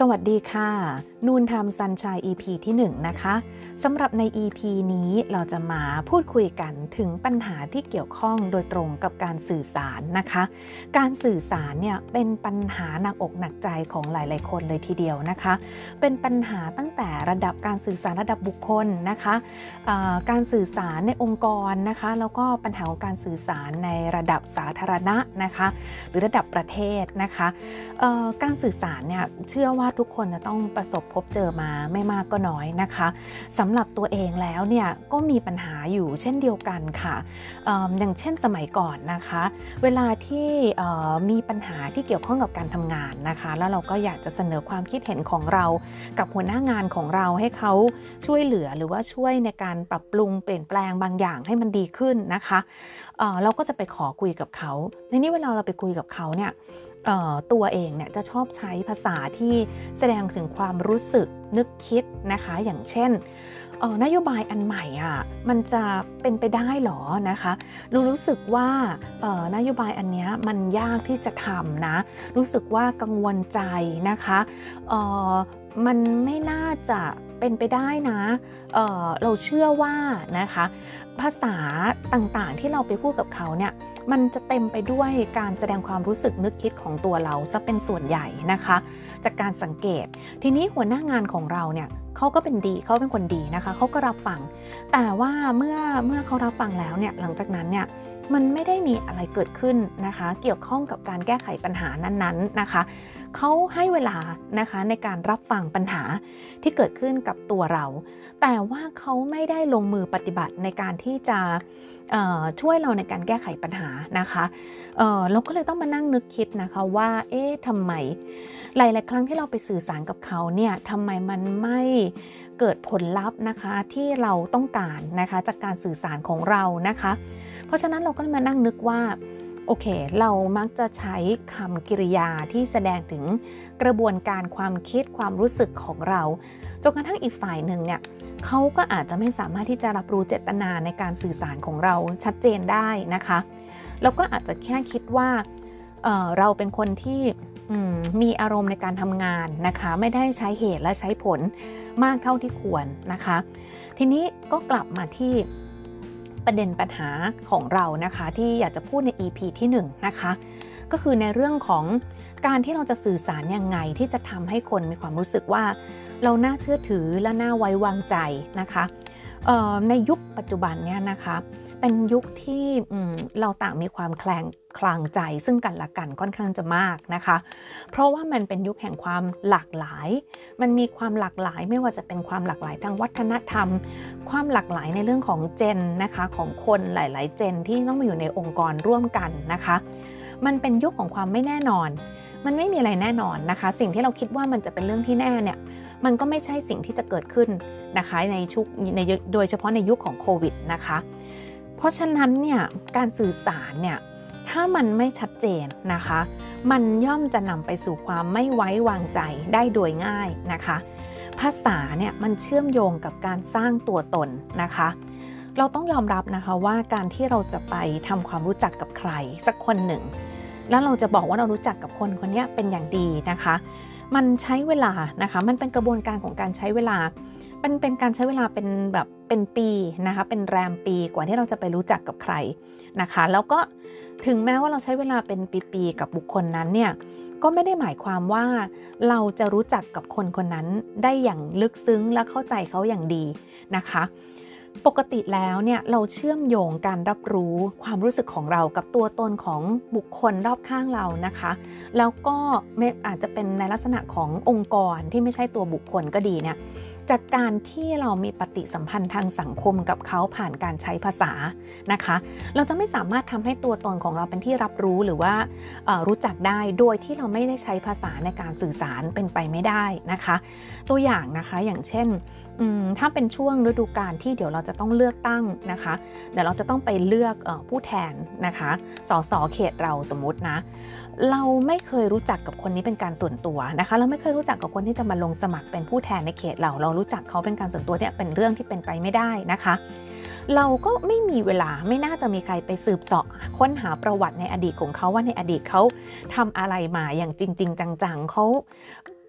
สวัสดีค่ะนูนทำซันชัย EP ที่1นะคะสำหรับใน EP นี้เราจะมาพูดคุยกันถึงปัญหาที่เกี่ยวข้องโดยตรงกับการสื่อสารนะคะการสื่อสารเนี่ยเป็นปัญหาหนักอกหนักใจของหลายๆคนเลยทีเดียวนะคะเป็นปัญหาตั้งแต่ระดับการสื่อสารระดับบุคคลนะคะการสื่อสารในองค์กรนะคะแล้วก็ปัญหาของการสื่อสารในระดับสาธารณะนะคะหรือระดับประเทศนะคะการสื่อสารเนี่ยเชื่อว่าทุกคนจะต้องประสบพบเจอมาไม่มากก็น้อยนะคะสำหรับตัวเองแล้วเนี่ยก็มีปัญหาอยู่เช่นเดียวกันค่ะอย่างเช่นสมัยก่อนนะคะเวลาที่มีปัญหาที่เกี่ยวข้องกับการทำงานนะคะแล้วเราก็อยากจะเสนอความคิดเห็นของเรากับหัวหน้างานของเราให้เขาช่วยเหลือหรือว่าช่วยในการปรับปรุงเปลี่ยนแปลงบางอย่างให้มันดีขึ้นนะคะเราก็จะไปขอคุยกับเขาในนี้เวลาเราไปคุยกับเขาเนี่ยตัวเองเนี่ยจะชอบใช้ภาษาที่แสดงถึงความรู้สึกนึกคิดนะคะอย่างเช่นนโยบายอันใหม่มันจะเป็นไปได้หรอนะคะรู้สึกว่านโยบายอันนี้มันยากที่จะทำนะรู้สึกว่ากังวลใจนะคะมันไม่น่าจะเป็นไปได้นะเราเชื่อว่านะคะภาษาต่างๆที่เราไปพูดกับเขาเนี่ยมันจะเต็มไปด้วยการแสดงความรู้สึกนึกคิดของตัวเราซะเป็นส่วนใหญ่นะคะจากการสังเกตทีนี้หัวหน้างานของเราเนี่ยเขาก็เป็นคนดีนะคะเขาก็รับฟังแต่ว่าเมื่อเขารับฟังแล้วเนี่ยหลังจากนั้นเนี่ยมันไม่ได้มีอะไรเกิดขึ้นนะคะเกี่ยวข้องกับการแก้ไขปัญหานั้นๆนะคะเขาให้เวลานะคะในการรับฟังปัญหาที่เกิดขึ้นกับตัวเราแต่ว่าเขาไม่ได้ลงมือปฏิบัติในการที่จะช่วยเราในการแก้ไขปัญหานะคะเราก็เลยต้องมานั่งนึกคิดนะคะว่าทำไมหลายๆครั้งที่เราไปสื่อสารกับเขาเนี่ยทำไมมันไม่เกิดผลลัพธ์นะคะที่เราต้องการนะคะจากการสื่อสารของเรานะคะเพราะฉะนั้นเราก็มานั่งนึกว่าโอเคเรามักจะใช้คำกริยาที่แสดงถึงกระบวนการความคิดความรู้สึกของเราจนกระทั่งอีกฝ่ายหนึ่งเนี่ยเขาก็อาจจะไม่สามารถที่จะรับรู้เจตนาในการสื่อสารของเราชัดเจนได้นะคะแล้วก็อาจจะแค่คิดว่าเราเป็นคนที่มีอารมณ์ในการทำงานนะคะไม่ได้ใช้เหตุและใช้ผลมากเท่าที่ควรนะคะทีนี้ก็กลับมาที่ประเด็นปัญหาของเรานะคะที่อยากจะพูดใน EP ที่1นะคะก็คือในเรื่องของการที่เราจะสื่อสารยังไงที่จะทำให้คนมีความรู้สึกว่าเราน่าเชื่อถือและน่าไว้วางใจนะคะในยุคปัจจุบันเนี่ยนะคะเป็นยุคที่เราต่างมีความคลางใจซึ่งกันและกันค่อนข้างจะมากนะคะเพราะว่ามันเป็นยุคแห่งความหลากหลายมันมีความหลากหลายไม่ว่าจะเป็นความหลากหลายทางวัฒนธรรมความหลากหลายในเรื่องของเจนนะคะของคนหลายๆเจนที่ต้องมาอยู่ในองค์กรร่วมกันนะคะมันเป็นยุคของความไม่แน่นอนมันไม่มีอะไรแน่นอนนะคะสิ่งที่เราคิดว่ามันจะเป็นเรื่องที่แน่เนี่ยมันก็ไม่ใช่สิ่งที่จะเกิดขึ้นนะคะโดยเฉพาะในยุคของโควิดนะคะเพราะฉะนั้นเนี่ยการสื่อสารเนี่ยถ้ามันไม่ชัดเจนนะคะมันย่อมจะนำไปสู่ความไม่ไว้วางใจได้โดยง่ายนะคะภาษาเนี่ยมันเชื่อมโยงกับการสร้างตัวตนนะคะเราต้องยอมรับนะคะว่าการที่เราจะไปทำความรู้จักกับใครสักคนหนึ่งแล้วเราจะบอกว่าเรารู้จักกับคนคนนี้เป็นอย่างดีนะคะมันใช้เวลานะคะมันเป็นกระบวนการของการใช้เวลาเป็นการใช้เวลาเป็นปีนะคะเป็นแรมปีกว่าที่เราจะไปรู้จักกับใครนะคะแล้วก็ถึงแม้ว่าเราใช้เวลาเป็นปีๆกับบุคคลนั้นเนี่ยก็ไม่ได้หมายความว่าเราจะรู้จักกับคนคนนั้นได้อย่างลึกซึ้งและเข้าใจเขาอย่างดีนะคะปกติแล้วเนี่ยเราเชื่อมโยงการรับรู้ความรู้สึกของเรากับตัวตนของบุคคลรอบข้างเรานะคะแล้วก็อาจจะเป็นในลักษณะขององค์กรที่ไม่ใช่ตัวบุคคลก็ดีเนี่ยจากการที่เรามีปฏิสัมพันธ์ทางสังคมกับเขาผ่านการใช้ภาษานะคะเราจะไม่สามารถทำให้ตัวตนของเราเป็นที่รับรู้หรือว่ารู้จักได้โดยที่เราไม่ได้ใช้ภาษาในการสื่อสารเป็นไปไม่ได้นะคะตัวอย่างนะคะอย่างเช่นถ้าเป็นช่วงฤดูกาลที่เดี๋ยวเราจะต้องเลือกตั้งนะคะเดี๋ยวเราจะต้องไปเลือกผู้แทนนะคะสสเขตเราสมมุตินะเราไม่เคยรู้จักกับคนนี้เป็นการส่วนตัวนะคะเราไม่เคยรู้จักกับคนที่จะมาลงสมัครเป็นผู้แทนในเขตเรารู้จักเขาเป็นการส่วนตัวเนี่ยเป็นเรื่องที่เป็นไปไม่ได้นะคะเราก็ไม่มีเวลาไม่น่าจะมีใครไปสืบเสาะค้นหาประวัติในอดีตของเขาว่าในอดีตเขาทำอะไรมาอย่างจริงๆจังๆเขา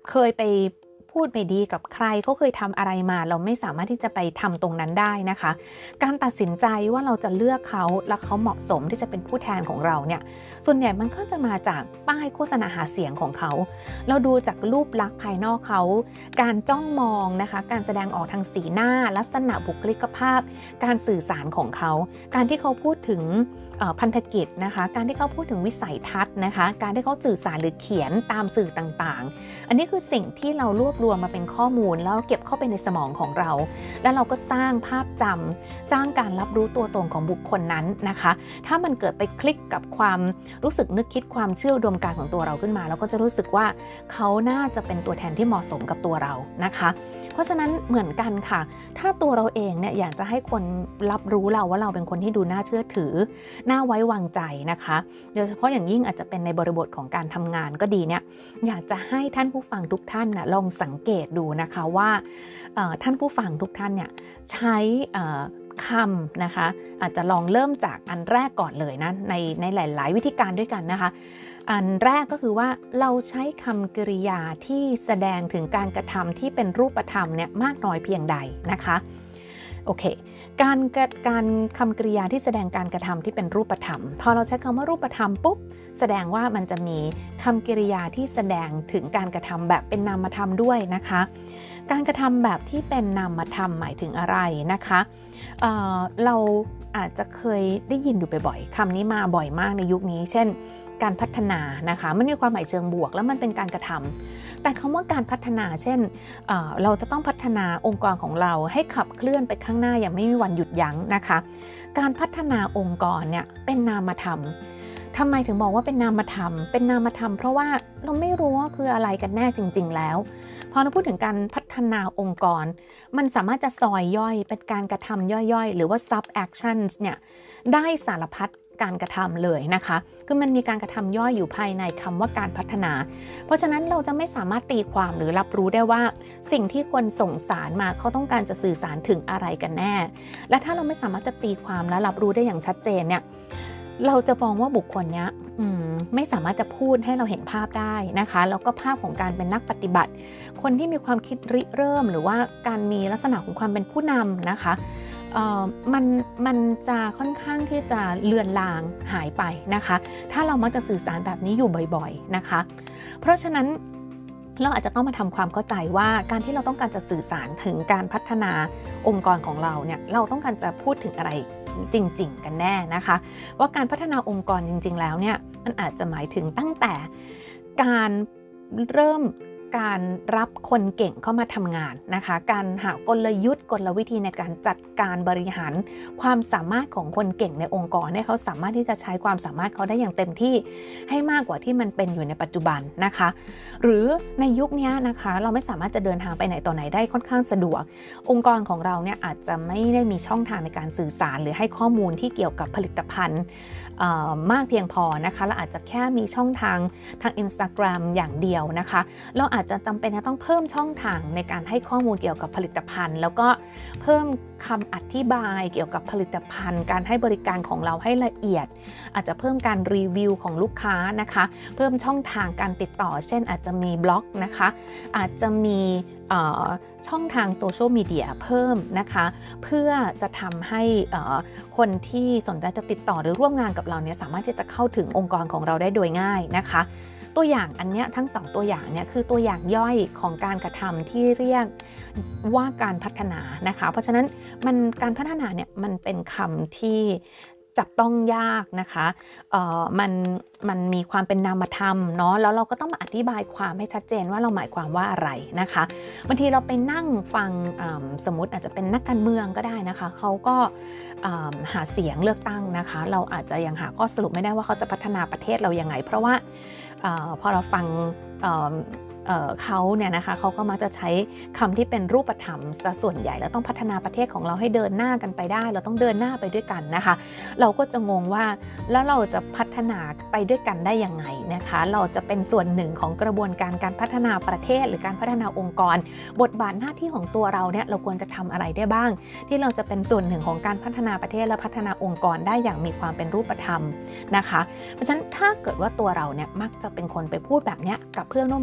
เคยไปพูดไม่ดีกับใครเขาเคยทำอะไรมาเราไม่สามารถที่จะไปทำตรงนั้นได้นะคะการตัดสินใจว่าเราจะเลือกเขาและเขาเหมาะสมที่จะเป็นผู้แทนของเราเนี่ยส่วนใหญ่มันก็จะมาจากป้ายโฆษณาหาเสียงของเขาเราดูจากรูปลักษณ์ภายนอกเขาการจ้องมองนะคะการแสดงออกทางสีหน้าลักษณะบุคลิกภาพการสื่อสารของเขาการที่เขาพูดถึงพันธกิจนะคะการที่เขาพูดถึงวิสัยทัศน์นะคะการที่เขาสื่อสารหรือเขียนตามสื่อต่างๆอันนี้คือสิ่งที่เรารวบรวมมาเป็นข้อมูลแล้วเก็บเข้าไปในสมองของเราแล้วเราก็สร้างภาพจำสร้างการรับรู้ตัวตนของบุคคลนั้นนะคะถ้ามันเกิดไปคลิกกับความรู้สึกนึกคิดความเชื่ออุดมการณ์ของตัวเราขึ้นมาเราก็จะรู้สึกว่าเขาน่าจะเป็นตัวแทนที่เหมาะสมกับตัวเรานะคะเพราะฉะนั้นเหมือนกันค่ะถ้าตัวเราเองเนี่ยอยากจะให้คนรับรู้เราว่าเราเป็นคนที่ดูน่าเชื่อถือน่าไว้วางใจนะคะโดยเฉพาะอย่างยิ่งอาจจะเป็นในบริบทของการทำงานก็ดีเนี่ยอยากจะให้ท่านผู้ฟังทุกท่านนะลองสังเกตดูนะคะว่าท่านผู้ฟังทุกท่านเนี่ยใช้คำนะคะอาจจะลองเริ่มจากอันแรกก่อนเลยนะในหลายๆวิธีการด้วยกันนะคะอันแรกก็คือว่าเราใช้คำกริยาที่แสดงถึงการกระทำที่เป็นรูปธรรมเนี่ยมากน้อยเพียงใดนะคะโอเคการคำกริยาที่แสดงการกระทำที่เป็นรูปธรรมพอเราใช้คำว่ารูปธรรมปุ๊บแสดงว่ามันจะมีคำกริยาที่แสดงถึงการกระทำแบบเป็นนามธรรมด้วยนะคะการกระทำแบบที่เป็นนามธรรมหมายถึงอะไรนะคะเราอาจจะเคยได้ยินอยู่บ่อยๆคำนี้มาบ่อยมากในยุคนี้เช่นการพัฒนานะคะมันมีความหมายเชิงบวกแล้วมันเป็นการกระทำแต่คำว่าการพัฒนาเช่นเราจะต้องพัฒนาองค์กรของเราให้ขับเคลื่อนไปข้างหน้าอย่างไม่มีวันหยุดยั้งนะคะการพัฒนาองค์กรเนี่ยเป็นนามธรรมทำไมถึงบอกว่าเป็นนามธรรมเป็นนามธรรมเพราะว่าเราไม่รู้ว่าคืออะไรกันแน่จริงๆแล้วพอเราพูดถึงการพัฒนาองค์กรมันสามารถจะซอยย่อยเป็นการกระทำย่อยๆหรือว่า sub actions เนี่ยได้สารพัดการกระทำเลยนะคะคือมันมีการกระทำย่อยอยู่ภายในคำว่าการพัฒนาเพราะฉะนั้นเราจะไม่สามารถตีความหรือรับรู้ได้ว่าสิ่งที่คนส่งสารมาเขาต้องการจะสื่อสารถึงอะไรกันแน่และถ้าเราไม่สามารถจะตีความและรับรู้ได้อย่างชัดเจนเนี่ยเราจะมองว่าบุคคลนี้ไม่สามารถจะพูดให้เราเห็นภาพได้นะคะแล้วก็ภาพของการเป็นนักปฏิบัติคนที่มีความคิดริเริ่มหรือว่าการมีลักษณะของความเป็นผู้นำนะคะมันจะค่อนข้างที่จะเลือนลางหายไปนะคะถ้าเรามักจะสื่อสารแบบนี้อยู่บ่อยๆนะคะเพราะฉะนั้นเราอาจจะต้องมาทำความเข้าใจว่าการที่เราต้องการจะสื่อสารถึงการพัฒนาองค์กรของเราเนี่ยเราต้องการจะพูดถึงอะไรจริงๆกันแน่นะคะว่าการพัฒนาองค์กรจริงๆแล้วเนี่ยมันอาจจะหมายถึงตั้งแต่การเริ่มการรับคนเก่งเข้ามาทำงานนะคะการหากลยุทธ์กลวิธีในการจัดการบริหารความสามารถของคนเก่งในองค์กรให้เขาสามารถที่จะใช้ความสามารถเขาได้อย่างเต็มที่ให้มากกว่าที่มันเป็นอยู่ในปัจจุบันนะคะหรือในยุคนี้นะคะเราไม่สามารถจะเดินทางไปไหนต่อไหนได้ค่อนข้างสะดวกองค์กรของเราเนี่ยอาจจะไม่ได้มีช่องทางในการสื่อสารหรือให้ข้อมูลที่เกี่ยวกับผลิตภัณฑ์มากเพียงพอนะคะเราอาจจะแค่มีช่องทางInstagram อย่างเดียวนะคะเราอาจจะจำเป็นจะต้องเพิ่มช่องทางในการให้ข้อมูลเกี่ยวกับผลิตภัณฑ์แล้วก็เพิ่มคำอธิบายเกี่ยวกับผลิตภัณฑ์การให้บริการของเราให้ละเอียดอาจจะเพิ่มการรีวิวของลูกค้านะคะเพิ่มช่องทางการติดต่อเช่นอาจจะมีบล็อกนะคะอาจจะมีช่องทางโซเชียลมีเดียเพิ่มนะคะเพื่อจะทำให้คนที่สนใจจะติดต่อหรือร่วมงานกับเราเนี่ยสามารถที่จะเข้าถึงองค์กรของเราได้โดยง่ายนะคะตัวอย่างอันเนี้ยทั้ง2ตัวอย่างเนี่ยคือตัวอย่างย่อยของการกระทำที่เรียกว่าการพัฒนานะคะเพราะฉะนั้นการพัฒนาเนี่ยมันเป็นคำที่จับต้องยากนะคะมันมีความเป็นนามธรรมเนาะแล้วเราก็ต้องมาอธิบายความให้ชัดเจนว่าเราหมายความว่าอะไรนะคะบางทีเราไปนั่งฟังสมมติอาจจะเป็นนักการเมืองก็ได้นะคะเขาก็หาเสียงเลือกตั้งนะคะเราอาจจะยังหาข้อสรุปไม่ได้ว่าเขาจะพัฒนาประเทศเรายังไงเพราะว่าพอเราฟังเขาเนี่ยนะคะเขาก็มักจะใช้คำที่เป็นรูปธรรมซะส่วนใหญ่แล้วต้องพัฒนาประเทศของเราให้เดินหน้ากันไปได้เราต้องเดินหน้าไปด้วยกันนะคะเราก็จะงงว่าแล้วเราจะพัฒนาไปด้วยกันได้ยังไงนะคะเราจะเป็นส่วนหนึ่งของกระบวนการพัฒนาประเทศหรือการพัฒนาองค์กรบทบาทหน้าที่ของตัวเราเนี่ยเราควรจะทำอะไรได้บ้างที่เราจะเป็นส่วนหนึ่งของการพัฒนาประเทศและพัฒนาองค์กรได้อย่างมีความเป็นรูปธรรมนะคะเพราะฉะนั้นถ้าเกิดว่าตัวเราเนี่ยมักจะเป็นคนไปพูดแบบนี้กับเพื่อนร่วมงานเรา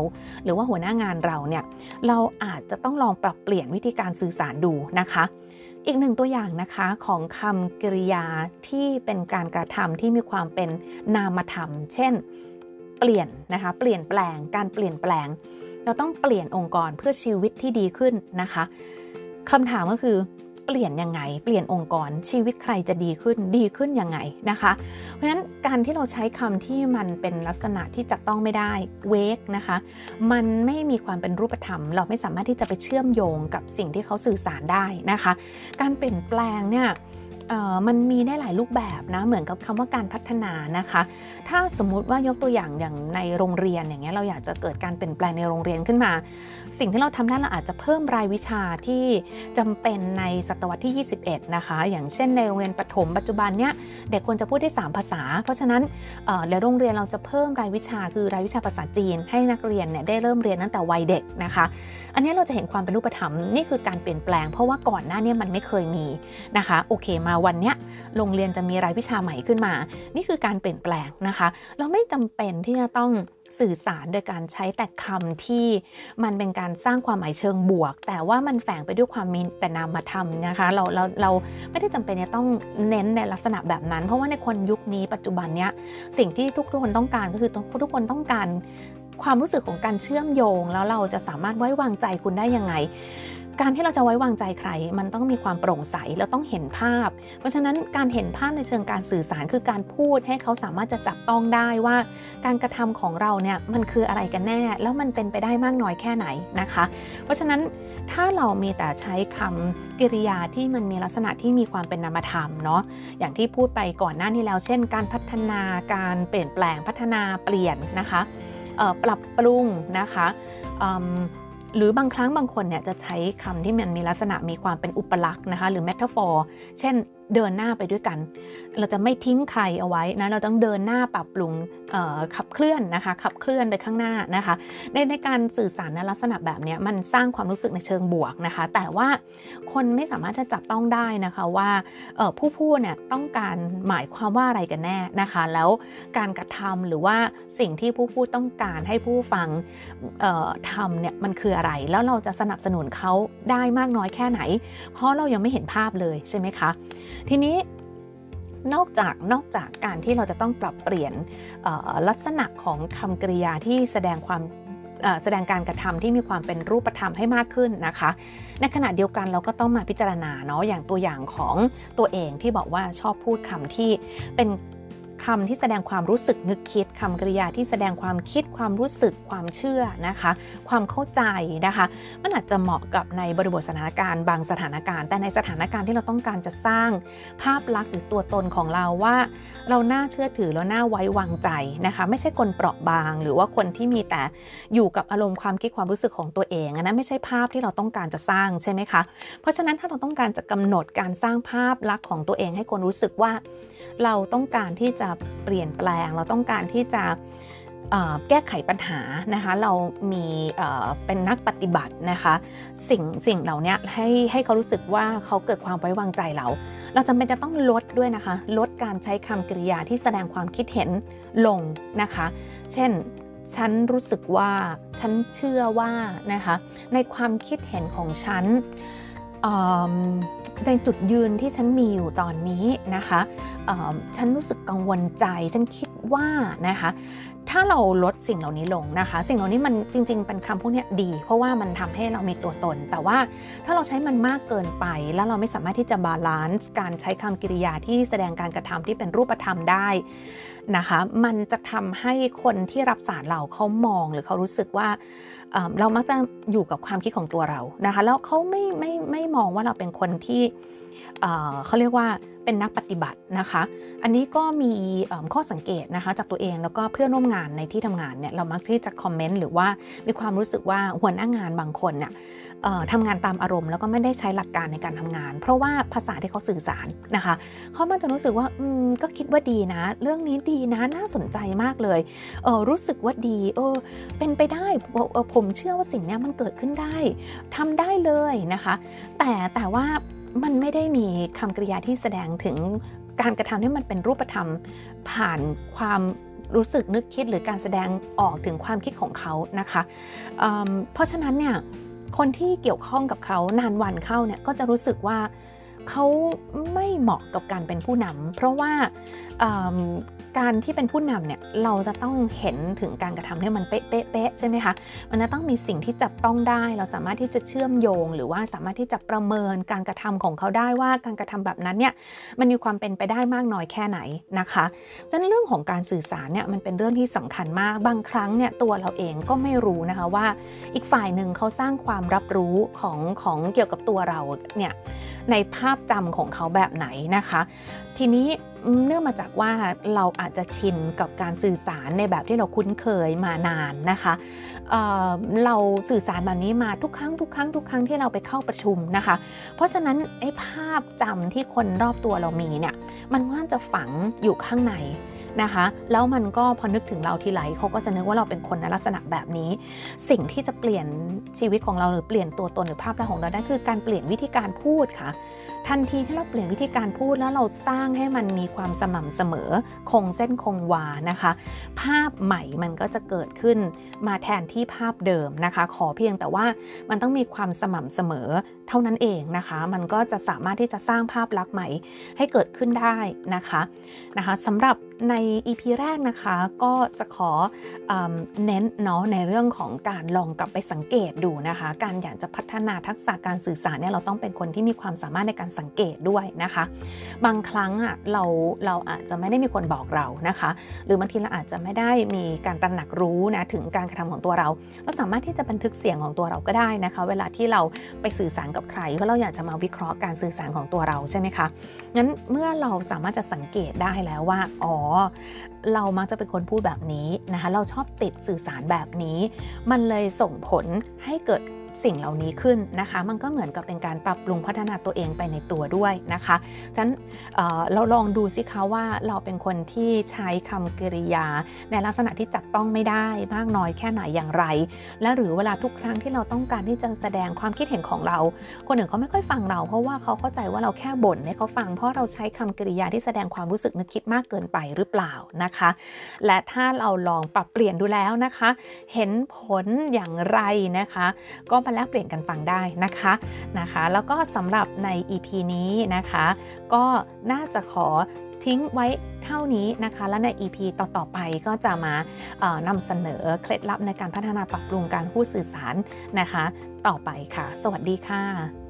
หรือว่าหัวหน้างานเราเนี่ยเราอาจจะต้องลองปรับเปลี่ยนวิธีการสื่อสารดูนะคะอีกหนึ่งตัวอย่างนะคะของคำกริยาที่เป็นการกระทำที่มีความเป็นนามธรรมเช่นเปลี่ยนนะคะเปลี่ยนแปลงการเปลี่ยนแปลงเราต้องเปลี่ยนองค์กรเพื่อชีวิตที่ดีขึ้นนะคะคำถามก็คือเปลี่ยนยังไงเปลี่ยนองค์กรชีวิตใครจะดีขึ้นยังไงนะคะเพราะฉะนั้นการที่เราใช้คำที่มันเป็นลักษณะที่จับต้องไม่ได้เวกนะคะมันไม่มีความเป็นรูปธรรมเราไม่สามารถที่จะไปเชื่อมโยงกับสิ่งที่เขาสื่อสารได้นะคะการเปลี่ยนแปลงเนี่ยมันมีได้หลายรูปแบบนะเหมือนกับคำว่าการพัฒนานะคะถ้าสมมุติว่ายกตัวอย่างในโรงเรียนอย่างเงี้ยเราอยากจะเกิดการเปลี่ยนแปลงในโรงเรียนขึ้นมาสิ่งที่เราทำได้เราอาจจะเพิ่มรายวิชาที่จำเป็นในศตวรรษที่21นะคะอย่างเช่นในโรงเรียนประถมปัจจุบันเนี้ยเด็กควรจะพูดได้3ภาษาเพราะฉะนั้นแล้วโรงเรียนเราจะเพิ่มรายวิชาคือรายวิชาภาษาจีนให้นักเรียนเนี่ยได้เริ่มเรียนตั้งแต่วัยเด็กนะคะอันนี้เราจะเห็นความเป็นรูปธรรมนี่คือการเปลี่ยนแปลงเพราะว่าก่อนหน้านี้มันไม่เคยมีนะคะโอเคมาวันเนี้ยโรงเรียนจะมีรายวิชาใหม่ขึ้นมานี่คือการเปลี่ยนแปลงนะคะเราไม่จำเป็นที่จะต้องสื่อสารโดยการใช้แต่คำที่มันเป็นการสร้างความหมายเชิงบวกแต่ว่ามันแฝงไปด้วยความมีแต่นามธรรมนะคะเราไม่ได้จำเป็นจะต้องเน้นในลักษณะแบบนั้นเพราะว่าในคนยุคนี้ปัจจุบันเนี้ยสิ่งที่ทุกคนต้องการก็คือทุกคนต้องการความรู้สึกของการเชื่อมโยงแล้วเราจะสามารถไว้วางใจคุณได้ยังไงการที่เราจะไว้วางใจใครมันต้องมีความโปร่งใสแล้วต้องเห็นภาพเพราะฉะนั้นการเห็นภาพในเชิงการสื่อสารคือการพูดให้เขาสามารถจะจับต้องได้ว่าการกระทำของเราเนี่ยมันคืออะไรกันแน่แล้วมันเป็นไปได้มากน้อยแค่ไหนนะคะเพราะฉะนั้นถ้าเรามีแต่ใช้คำกริยาที่มันมีลักษณะที่มีความเป็นนามธรรมเนาะอย่างที่พูดไปก่อนหน้านี้แล้วเช่นการพัฒนาการเปลี่ยนแปลงพัฒนาเปลี่ยนนะคะปรับปรุงนะคะหรือบางครั้งบางคนเนี่ยจะใช้คำที่มันมีลักษณะมีความเป็นอุปลักษณ์นะคะหรือเมตาฟอร์เช่นเดินหน้าไปด้วยกันเราจะไม่ทิ้งใครเอาไว้นะเราต้องเดินหน้าปรับปรุงขับเคลื่อนนะคะขับเคลื่อนไปข้างหน้านะคะในการสื่อสารในลักษณะแบบนี้มันสร้างความรู้สึกในเชิงบวกนะคะแต่ว่าคนไม่สามารถจะจับต้องได้นะคะว่าผู้พูดเนี่ยต้องการหมายความว่าอะไรกันแน่นะคะแล้วการกระทำหรือว่าสิ่งที่ผู้พูดต้องการให้ผู้ฟังทำเนี่ยมันคืออะไรแล้วเราจะสนับสนุนเขาได้มากน้อยแค่ไหนเพราะเรายังไม่เห็นภาพเลยใช่ไหมคะทีนี้นอกจากการที่เราจะต้องปรับเปลี่ยนลักษณะของคำกริยาที่แสดงการกระทำที่มีความเป็นรูปธรรมให้มากขึ้นนะคะในขณะเดียวกันเราก็ต้องมาพิจารณาเนาะอย่างตัวอย่างของตัวเองที่บอกว่าชอบพูดคำที่เป็นคำที่แสดงความรู้สึกนึกคิดคำกริยาที่แสดงความคิดความรู้สึกความเชื่อนะคะความเข้าใจนะคะมันอาจจะเหมาะกับในบริบทสถานการณ์บางสถานการณ์แต่ในสถานการณ์ที่เราต้องการจะสร้างภาพลักษณ์หรือตัวตนของเราว่าเราน่าเชื่อถือแล้วน่าไว้วางใจนะคะไม่ใช่คนเปราะบางหรือว่าคนที่มีแต่อยู่กับอารมณ์ความคิดความรู้สึกของตัวเองอันนั้นไม่ใช่ภาพที่เราต้องการจะสร้างใช่ไหมคะเพราะฉะนั้นถ้าเราต้องการจะกำหนดการสร้างภาพลักษณ์ของตัวเองให้คนรู้สึกว่าเราต้องการที่จะเปลี่ยนแปลงเราต้องการที่จะแก้ไขปัญหานะคะเรามีเป็นนักปฏิบัตินะคะสิ่งเหล่านี้ให้เขารู้สึกว่าเขาเกิดความไว้วางใจเราจำเป็นจะต้องลดด้วยนะคะลดการใช้คำกริยาที่แสดงความคิดเห็นลงนะคะเช่นฉันรู้สึกว่าฉันเชื่อว่านะคะในความคิดเห็นของฉันในจุดยืนที่ฉันมีอยู่ตอนนี้นะคะฉันรู้สึกกังวลใจฉันคิดว่านะคะถ้าเราลดสิ่งเหล่านี้ลงนะคะสิ่งเหล่านี้มันจริงๆเป็นคำพวกนี้ดีเพราะว่ามันทำให้เรามีตัวตนแต่ว่าถ้าเราใช้มันมากเกินไปแล้วเราไม่สามารถที่จะบาลานซ์การใช้คำกริยาที่แสดงการกระทำที่เป็นรูปธรรมได้นะคะมันจะทำให้คนที่รับสารเราเขามองหรือเขารู้สึกว่าเรามักจะอยู่กับความคิดของตัวเรานะคะแล้วเขาไม่มองว่าเราเป็นคนที่เขาเรียกว่าเป็นนักปฏิบัตินะคะอันนี้ก็มีข้อสังเกตนะคะจากตัวเองแล้วก็เพื่อนร่วมงานในที่ทำงานเนี่ยเรามักที่จะคอมเมนต์หรือว่ามีความรู้สึกว่าหัวหน้างานบางคนเนี่ยทำงานตามอารมณ์แล้วก็ไม่ได้ใช้หลักการในการทำงานเพราะว่าภาษาที่เขาสื่อสารนะคะเขามันจะรู้สึกว่าก็คิดว่าดีนะเรื่องนี้ดีนะน่าสนใจมากเลยรู้สึกว่าดีเป็นไปได้ผมเชื่อว่าสิ่งนี้มันเกิดขึ้นได้ทำได้เลยนะคะแต่ว่ามันไม่ได้มีคำกริยาที่แสดงถึงการกระทำที่มันเป็นรูปธรรมผ่านความรู้สึกนึกคิดหรือการแสดงออกถึงความคิดของเขานะคะเพราะฉะนั้นเนี่ยคนที่เกี่ยวข้องกับเขานานวันเข้าเนี่ยก็จะรู้สึกว่าเขาไม่เหมาะกับการเป็นผู้นำเพราะว่าการที่เป็นผู้นำเนี่ยเราจะต้องเห็นถึงการกระทำที่มันเป๊ะๆใช่ไหมคะมันจะต้องมีสิ่งที่จับต้องได้เราสามารถที่จะเชื่อมโยงหรือว่าสามารถที่จะประเมินการกระทำของเขาได้ว่าการกระทำแบบนั้นเนี่ยมันมีความเป็นไปได้มากน้อยแค่ไหนนะคะดังนั้นเรื่องของการสื่อสารเนี่ยมันเป็นเรื่องที่สำคัญมากบางครั้งเนี่ยตัวเราเองก็ไม่รู้นะคะว่าอีกฝ่ายหนึ่งเขาสร้างความรับรู้ของเกี่ยวกับตัวเราเนี่ยในภาพจำของเขาแบบไหนนะคะทีนี้เนื่องมาจากว่าเราอาจจะชินกับการสื่อสารในแบบที่เราคุ้นเคยมานานนะคะเราสื่อสารแบบนี้มาทุกครั้งที่เราไปเข้าประชุมนะคะเพราะฉะนั้นไอ้ภาพจำที่คนรอบตัวเรามีเนี่ยมันก็จะฝังอยู่ข้างในนะคะแล้วมันก็พอนึกถึงเราทีไรเขาก็จะนึกว่าเราเป็นคนในลักษณะแบบนี้สิ่งที่จะเปลี่ยนชีวิตของเราหรือเปลี่ยนตัวตนหรือภาพลักษณ์ของเราได้คือการเปลี่ยนวิธีการพูดค่ะทันทีที่เราเปลี่ยนวิธีการพูดแล้วเราสร้างให้มันมีความสม่ำเสมอคงเส้นคงวานะคะภาพใหม่มันก็จะเกิดขึ้นมาแทนที่ภาพเดิมนะคะขอเพียงแต่ว่ามันต้องมีความสม่ำเสมอเท่านั้นเองนะคะมันก็จะสามารถที่จะสร้างภาพลักษณ์ใหม่ให้เกิดขึ้นได้นะคะสำหรับใน EP แรกนะคะก็จะขอเน้นเนาะในเรื่องของการลองกลับไปสังเกตดูนะคะการอยากจะพัฒนาทักษะการสื่อสารเนี่ยเราต้องเป็นคนที่มีความสามารถในการสังเกตด้วยนะคะบางครั้งเราอาจจะไม่ได้มีคนบอกเรานะคะหรือบางทีเราอาจจะไม่ได้มีการตระหนักรู้นะถึงการกระทำของตัวเราสามารถที่จะบันทึกเสียงของตัวเราก็ได้นะคะเวลาที่เราไปสื่อสารกับใครเพราะเราอยากจะมาวิเคราะห์การสื่อสารของตัวเราใช่ไหมคะงั้นเมื่อเราสามารถจะสังเกตได้แล้วว่าเรามักจะเป็นคนพูดแบบนี้นะคะเราชอบติดสื่อสารแบบนี้มันเลยส่งผลให้เกิดสิ่งเหล่านี้ขึ้นนะคะมันก็เหมือนกับเป็นการปรับปรุงพัฒนาตัวเองไปในตัวด้วยนะคะฉะนั้นเราลองดูสิคะว่าเราเป็นคนที่ใช้คำกริยาในลักษณะที่จับต้องไม่ได้มากน้อยแค่ไหนอย่างไรและหรือเวลาทุกครั้งที่เราต้องการที่จะแสดงความคิดเห็นของเราคนอื่นเขาไม่ค่อยฟังเราเพราะว่าเขาเข้าใจว่าเราแค่บ่นให้เขาฟังเพราะเราใช้คำกริยาที่แสดงความรู้สึกนึกคิดมากเกินไปหรือเปล่านะคะและถ้าเราลองปรับเปลี่ยนดูแล้วนะคะเห็นผลอย่างไรนะคะก็มาแลกเปลี่ยนกันฟังได้นะคะแล้วก็สำหรับใน EP นี้นะคะก็น่าจะขอทิ้งไว้เท่านี้นะคะและใน EP ต่อๆไปก็จะมานำเสนอเคล็ดลับในการพัฒนาปรับปรุงการพูดสื่อสารนะคะต่อไปค่ะสวัสดีค่ะ